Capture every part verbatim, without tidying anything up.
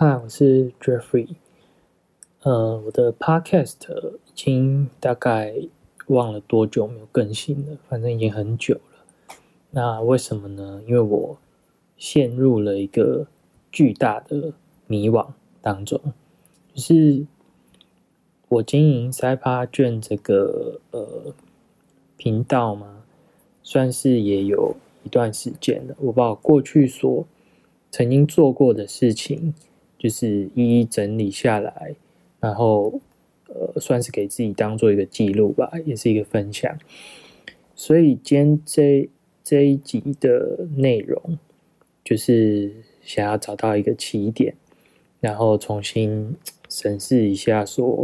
嗨，我是 Jeffrey。呃，我的 Podcast 已经大概忘了多久没有更新了，反正已经很久了。那为什么呢？因为我陷入了一个巨大的迷惘当中，就是我经营塞趴卷这个呃频道嘛，算是也有一段时间了。我把我过去所曾经做过的事情，就是一一整理下来，然后呃，算是给自己当做一个记录吧，也是一个分享。所以今天这这一集的内容，就是想要找到一个起点，然后重新审视一下说，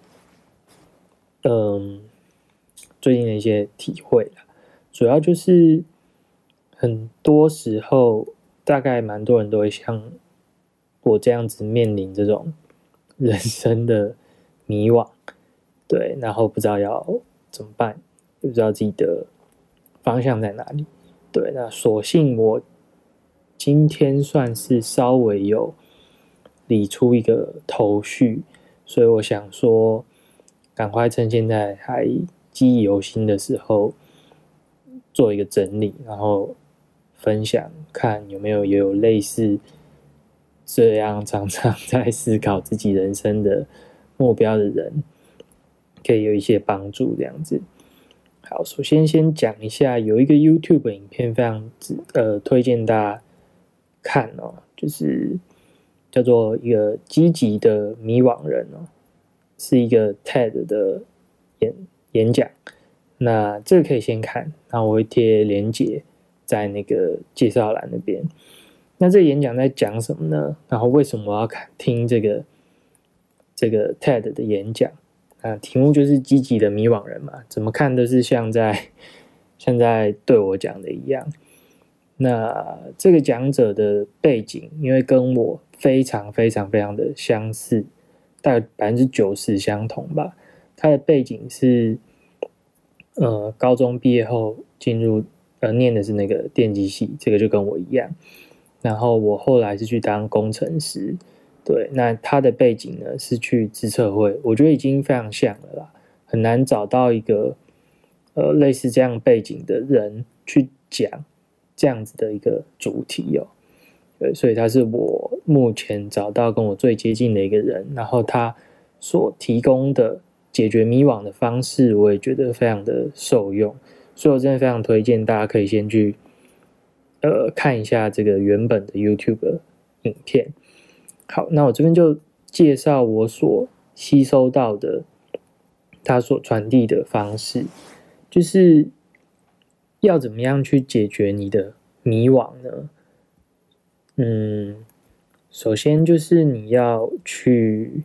嗯，最近的一些体会啦，主要就是很多时候，大概蛮多人都会像我这样子面临这种人生的迷惘，对，然后不知道要怎么办，也不知道自己的方向在哪里，对，那所幸我今天算是稍微有理出一个头绪，所以我想说，赶快趁现在还记忆犹新的时候，做一个整理，然后分享，看有没有也有类似这样常常在思考自己人生的目标的人，可以有一些帮助这样子。好，首先先讲一下，有一个 YouTube 影片非常呃推荐大家看哦，就是叫做一个积极的迷惘人哦，是一个 TED 的演演讲。那这个可以先看，然后我会贴连结在那个介绍栏那边。那这个演讲在讲什么呢？然后为什么我要看听这个这个 TED 的演讲？啊，题目就是积极的迷惘人嘛，怎么看都是像在像在对我讲的一样。那这个讲者的背景，因为跟我非常非常非常的相似，大概百分之九十相同吧。他的背景是，呃，高中毕业后进入呃念的是那个电机系，这个就跟我一样。然后我后来是去当工程师。对，那他的背景呢是去资策会，我觉得已经非常像了啦，很难找到一个呃类似这样背景的人去讲这样子的一个主题哦。对，所以他是我目前找到跟我最接近的一个人，然后他所提供的解决迷惘的方式，我也觉得非常的受用，所以我真的非常推荐大家可以先去呃看一下这个原本的 YouTube 影片。好，那我这边就介绍我所吸收到的他所传递的方式，就是要怎么样去解决你的迷惘呢？嗯，首先就是你要去，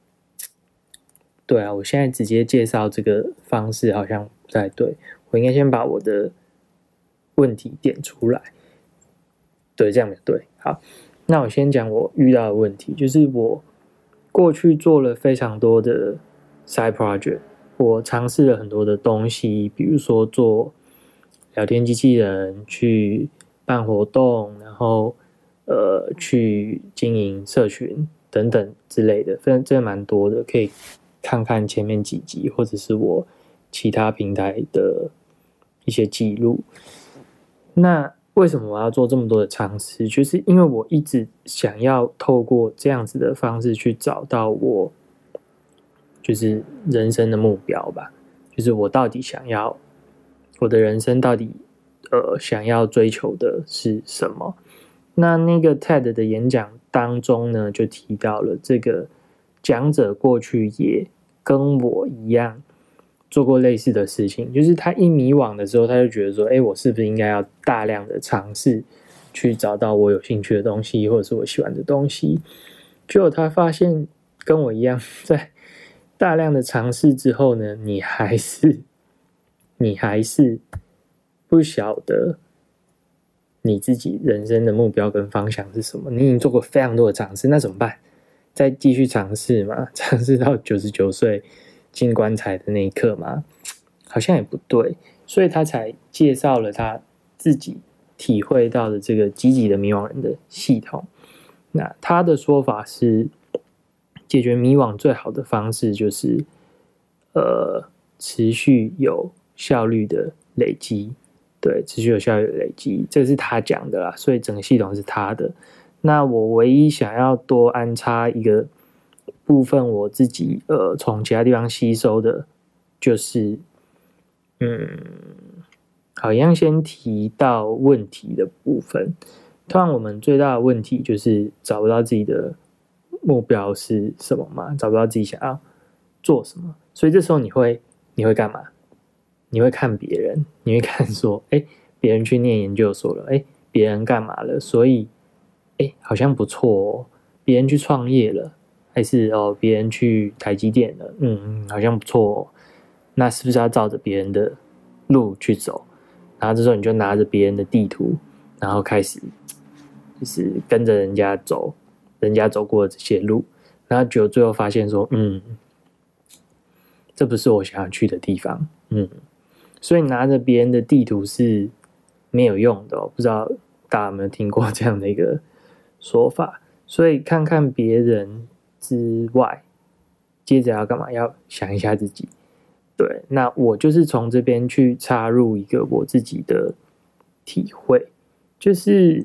对啊，我现在直接介绍这个方式好像不太对，我应该先把我的问题点出来，对，这样也对，好。那我先讲我遇到的问题，就是我过去做了非常多的 side project， 我尝试了很多的东西，比如说做聊天机器人，去办活动，然后呃去经营社群等等之类的，非常真的蛮多的，可以看看前面几集或者是我其他平台的一些记录。那为什么我要做这么多的尝试？就是因为我一直想要透过这样子的方式去找到我就是人生的目标吧，就是我到底想要我的人生到底呃想要追求的是什么？那那个 TED 的演讲当中呢，就提到了这个讲者过去也跟我一样做过类似的事情，就是他一迷惘的时候，他就觉得说，哎，我是不是应该要大量的尝试去找到我有兴趣的东西，或者是我喜欢的东西？结果他发现跟我一样，在大量的尝试之后呢，你还是你还是不晓得你自己人生的目标跟方向是什么。你已经做过非常多的尝试，那怎么办？再继续尝试嘛？尝试到九十九岁进棺材的那一刻嘛？好像也不对，所以他才介绍了他自己体会到的这个积极的迷惘人的系统。 那他的说法是，解决迷惘最好的方式就是呃持续有效率的累积，对，持续有效率的累积，这是他讲的啦，所以整个系统是他的。那我唯一想要多安插一个部分，我自己呃从其他地方吸收的，就是嗯，好像先提到问题的部分。通常我们最大的问题就是找不到自己的目标是什么嘛，找不到自己想要做什么，所以这时候你会你会干嘛？你会看别人，你会看说，哎，别人去念研究所了，哎，别人干嘛了？所以，哎，好像不错哦。别人去创业了，还是哦，别人去台积电了，嗯，好像不错哦。那是不是要照着别人的路去走？然后这时候你就拿着别人的地图，然后开始就是跟着人家走，人家走过的这些路，然后结果最后发现说，嗯，这不是我想要去的地方，嗯。所以拿着别人的地图是没有用的哦，不知道大家有没有听过这样的一个说法？所以看看别人之外，接着要干嘛？要想一下自己。对，那我就是从这边去插入一个我自己的体会，就是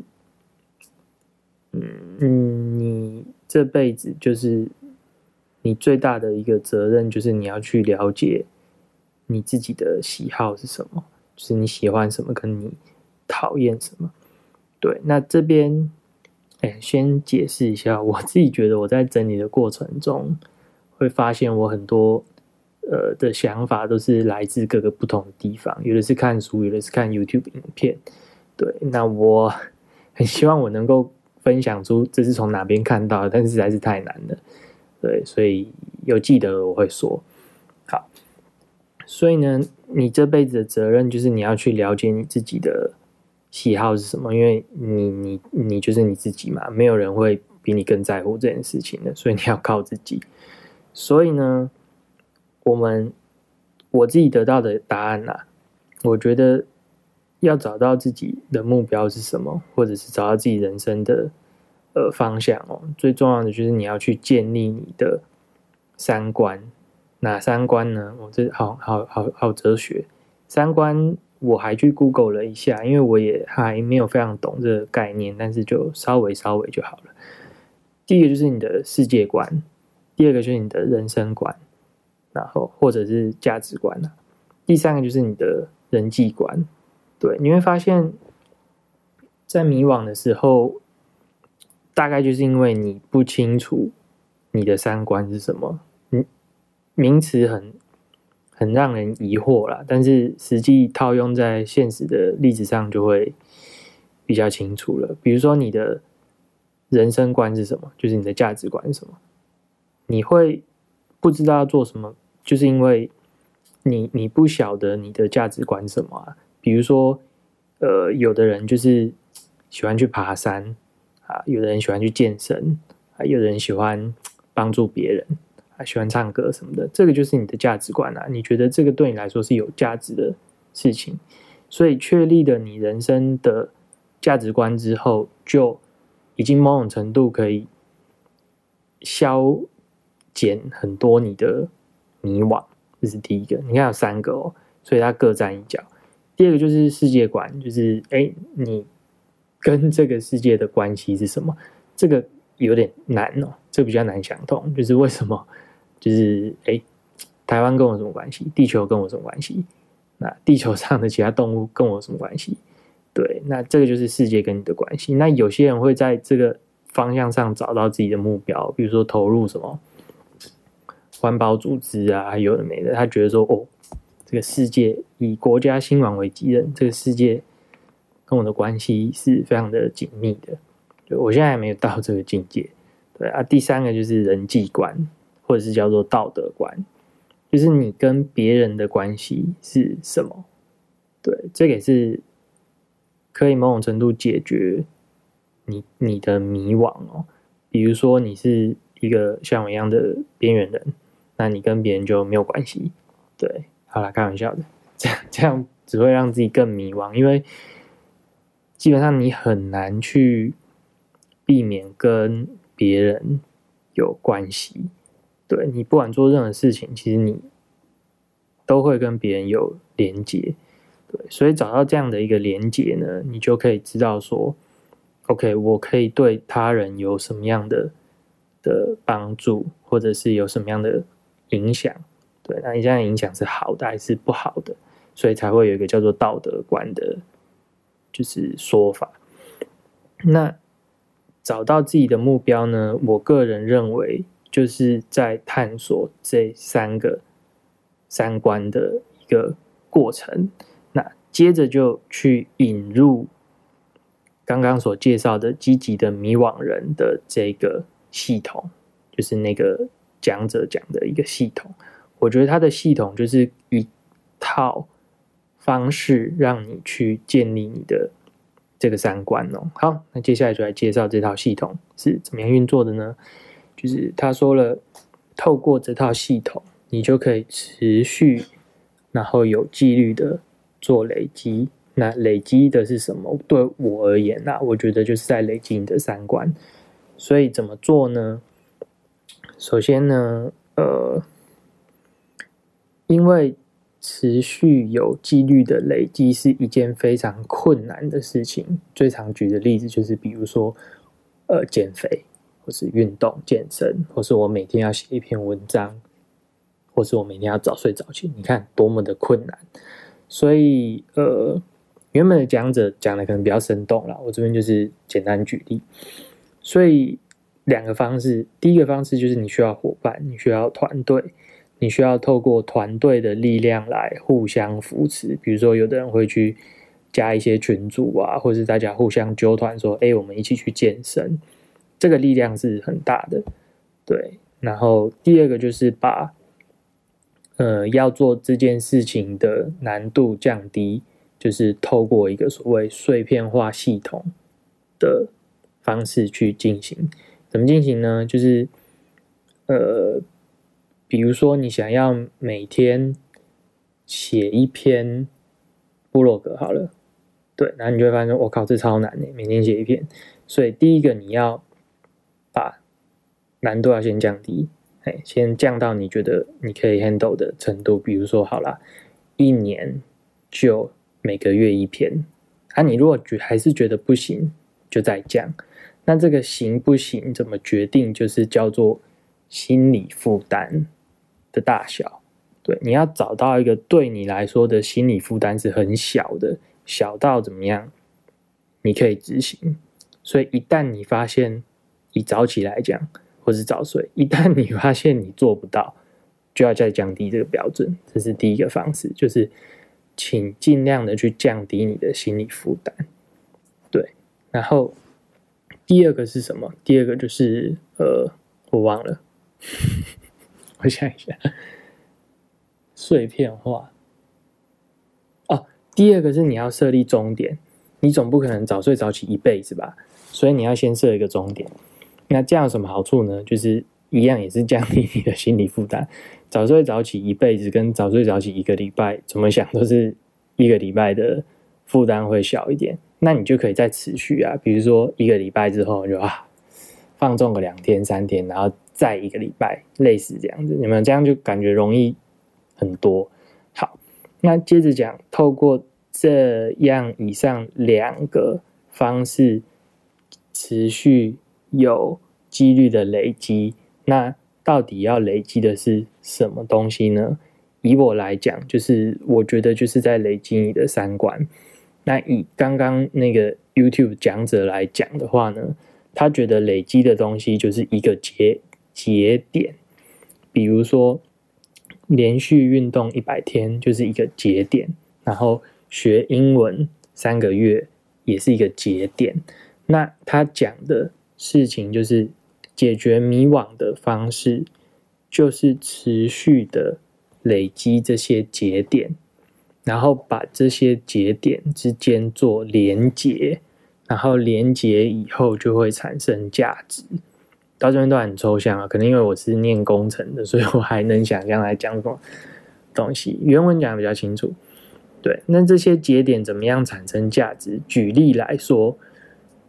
嗯，你这辈子就是你最大的一个责任，就是你要去了解你自己的喜好是什么，就是你喜欢什么，跟你讨厌什么。对，那这边，哎，先解释一下，我自己觉得我在整理的过程中，会发现我很多呃的想法都是来自各个不同的地方，有的是看书，有的是看 YouTube 影片。对，那我很希望我能够分享出这是从哪边看到的，但是实在是太难了。对，所以有记得我会说。好。所以呢，你这辈子的责任就是你要去了解你自己的喜好是什么，因为你你你就是你自己嘛，没有人会比你更在乎这件事情的，所以你要靠自己。所以呢，我们我自己得到的答案啦、啊，我觉得要找到自己的目标是什么，或者是找到自己人生的呃方向哦，最重要的就是你要去建立你的三观。哪三观呢？我、哦、这好好好好哲学。三观我还去 Google 了一下，因为我也还没有非常懂这个概念，但是就稍微稍微就好了。第一个就是你的世界观，第二个就是你的人生观，然后或者是价值观啊。第三个就是你的人际观。对，你会发现，在迷惘的时候，大概就是因为你不清楚你的三观是什么。名词很很让人疑惑啦，但是实际套用在现实的例子上就会比较清楚了。比如说你的人生观是什么，就是你的价值观是什么，你会不知道要做什么，就是因为你你不晓得你的价值观是什么啊。比如说，呃，有的人就是喜欢去爬山啊，有的人喜欢去健身啊，有的人喜欢帮助别人。喜欢唱歌什么的，这个就是你的价值观啊。你觉得这个对你来说是有价值的事情，所以确立了你人生的价值观之后，就已经某种程度可以消减很多你的迷惘。这是第一个，你看有三个哦，所以它各占一角。第二个就是世界观，就是哎，你跟这个世界的关系是什么？这个有点难哦，这个比较难想通，就是为什么？就是哎，台湾跟我有什么关系？地球跟我有什么关系？那地球上的其他动物跟我有什么关系？对，那这个就是世界跟你的关系。那有些人会在这个方向上找到自己的目标，比如说投入什么环保组织啊，还有的没的。他觉得说，哦，这个世界以国家兴亡为己任，这个世界跟我的关系是非常的紧密的。对，我现在还没有到这个境界。对啊，第三个就是人际观。或者是叫做道德观，就是你跟别人的关系是什么？对，这个也是可以某种程度解决你你的迷惘哦。比如说你是一个像我一样的边缘人，那你跟别人就没有关系。对，好啦，开玩笑的，这样这样只会让自己更迷惘，因为基本上你很难去避免跟别人有关系。对，你不管做任何事情，其实你都会跟别人有连结。对，所以找到这样的一个连结呢，你就可以知道说 OK 我可以对他人有什么样的的帮助，或者是有什么样的影响。对，那你这样的影响是好的还是不好的，所以才会有一个叫做道德观的就是说法。那找到自己的目标呢，我个人认为就是在探索这三个三观的一个过程。那接着就去引入刚刚所介绍的积极的迷惘人的这个系统，就是那个讲者讲的一个系统。我觉得他的系统就是一套方式让你去建立你的这个三观哦。好，那接下来就来介绍这套系统是怎么样运作的呢？就是他说了，透过这套系统，你就可以持续然后有纪律的做累积。那累积的是什么？对我而言啊，我觉得就是在累积你的三观。所以怎么做呢？首先呢，呃，因为持续有纪律的累积是一件非常困难的事情。最常举的例子就是，比如说，呃，减肥，或是运动、健身，或是我每天要写一篇文章，或是我每天要早睡早起。你看多么的困难。所以，呃，原本的讲者讲的可能比较生动啦，我这边就是简单举例。所以两个方式，第一个方式就是你需要伙伴，你需要团队。你需要透过团队的力量来互相扶持，比如说有的人会去加一些群组啊，或是大家互相揪团说，哎，我们一起去健身，这个力量是很大的。对，然后第二个就是把呃要做这件事情的难度降低，就是透过一个所谓碎片化系统的方式去进行。怎么进行呢？就是呃。比如说，你想要每天写一篇部落格好了，对，然后你就会发现，我靠，这超难的，每天写一篇。所以第一个你要把难度要先降低，哎，先降到你觉得你可以 handle 的程度。比如说，好啦，一年就每个月一篇。啊，你如果觉还是觉得不行，就再降。那这个行不行怎么决定？就是叫做心理负担的大小。对，你要找到一个对你来说的心理负担是很小的，小到怎么样你可以执行。所以一旦你发现，以早起来讲或是早睡，一旦你发现你做不到，就要再降低这个标准。这是第一个方式，就是请尽量的去降低你的心理负担。对，然后第二个是什么？第二个就是呃我忘了我想一下，碎片化。哦，第二个是你要设立终点，你总不可能早睡早起一辈子吧，所以你要先设一个终点。那这样有什么好处呢？就是一样也是降低你的心理负担。早睡早起一辈子跟早睡早起一个礼拜，怎么想都是一个礼拜的负担会小一点。那你就可以再持续啊，比如说一个礼拜之后就啊放纵个两天三天，然后再一个礼拜，类似这样子，你们这样就感觉容易很多。好，那接着讲，透过这样以上两个方式持续有几率的累积，那到底要累积的是什么东西呢？以我来讲，就是我觉得就是在累积你的三观。那以刚刚那个 YouTube 讲者来讲的话呢，他觉得累积的东西就是一个节节点，比如说连续运动一百天就是一个节点，然后学英文三个月也是一个节点。那他讲的事情就是解决迷惘的方式，就是持续的累积这些节点，然后把这些节点之间做连结，然后连结以后就会产生价值。到这边都很抽象啊，可能因为我是念工程的，所以我还能想象来讲什么东西。原文讲的比较清楚。对，那这些节点怎么样产生价值？举例来说，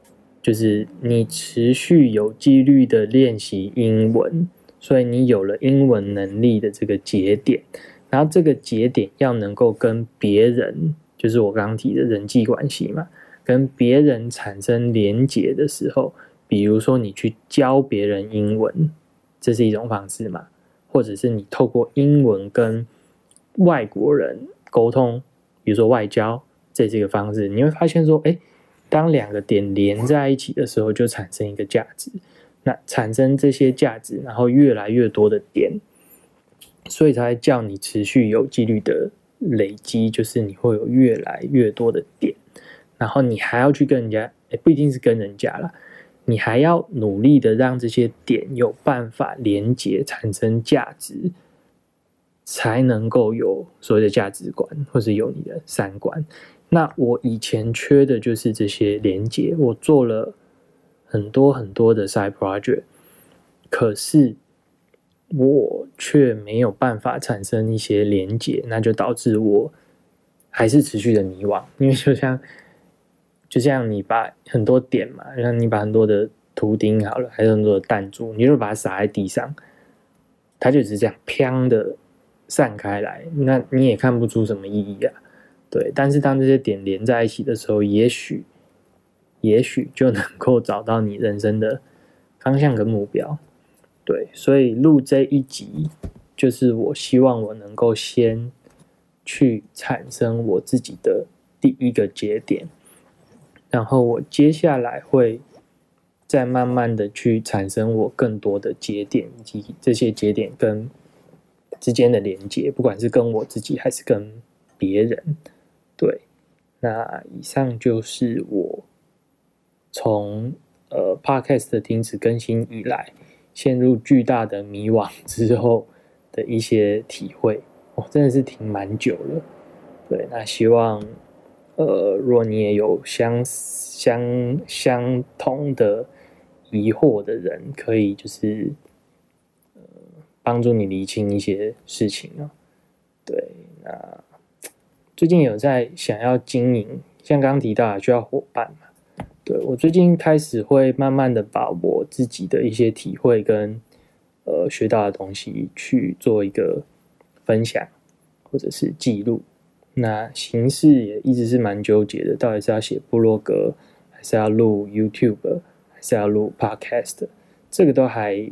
就是你持续有纪律的练习英文，所以你有了英文能力的这个节点，然后这个节点要能够跟别人，就是我刚刚提的人际关系嘛，跟别人产生连结的时候，比如说你去教别人英文，这是一种方式嘛，或者是你透过英文跟外国人沟通，比如说外交，这是一个方式，你会发现说，哎，当两个点连在一起的时候，就产生一个价值。那产生这些价值，然后越来越多的点，所以才叫你持续有纪律的累积，就是你会有越来越多的点，然后你还要去跟人家，哎，不一定是跟人家啦，你还要努力的让这些点有办法连结，产生价值，才能够有所谓的价值观，或是有你的三观。那我以前缺的就是这些连结，我做了很多很多的 side project， 可是我却没有办法产生一些连结，那就导致我还是持续的迷惘。因为就像就像你把很多点嘛，像你把很多的图钉好了，还有很多的弹珠，你就把它撒在地上，它就只是这样砰的散开来，那你也看不出什么意义啊。对，但是当这些点连在一起的时候，也许也许就能够找到你人生的方向跟目标。对，所以录这一集就是我希望我能够先去产生我自己的第一个节点，然后我接下来会再慢慢的去产生我更多的节点，以及这些节点跟之间的连接，不管是跟我自己还是跟别人。对，那以上就是我从呃 Podcast 的停止更新以来，陷入巨大的迷惘之后的一些体会。哦，真的是挺蛮久了。对，那希望呃，若你也有相相相同的疑惑的人，可以就是呃帮助你厘清一些事情啊。对，那最近有在想要经营，像刚刚提到的需要伙伴嘛。对，我最近开始会慢慢的把我自己的一些体会跟呃学到的东西去做一个分享或者是记录。那形式也一直是蛮纠结的，到底是要写部落格，还是要录 YouTube， 还是要录 Podcast， 这个都还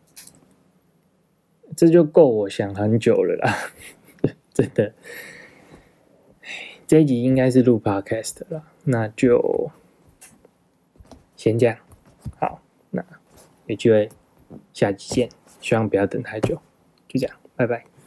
这就够我想很久了啦。真的，这一集应该是录 podcast 了，那就先这样。好，那有机会下集见，希望不要等太久。就这样，拜拜。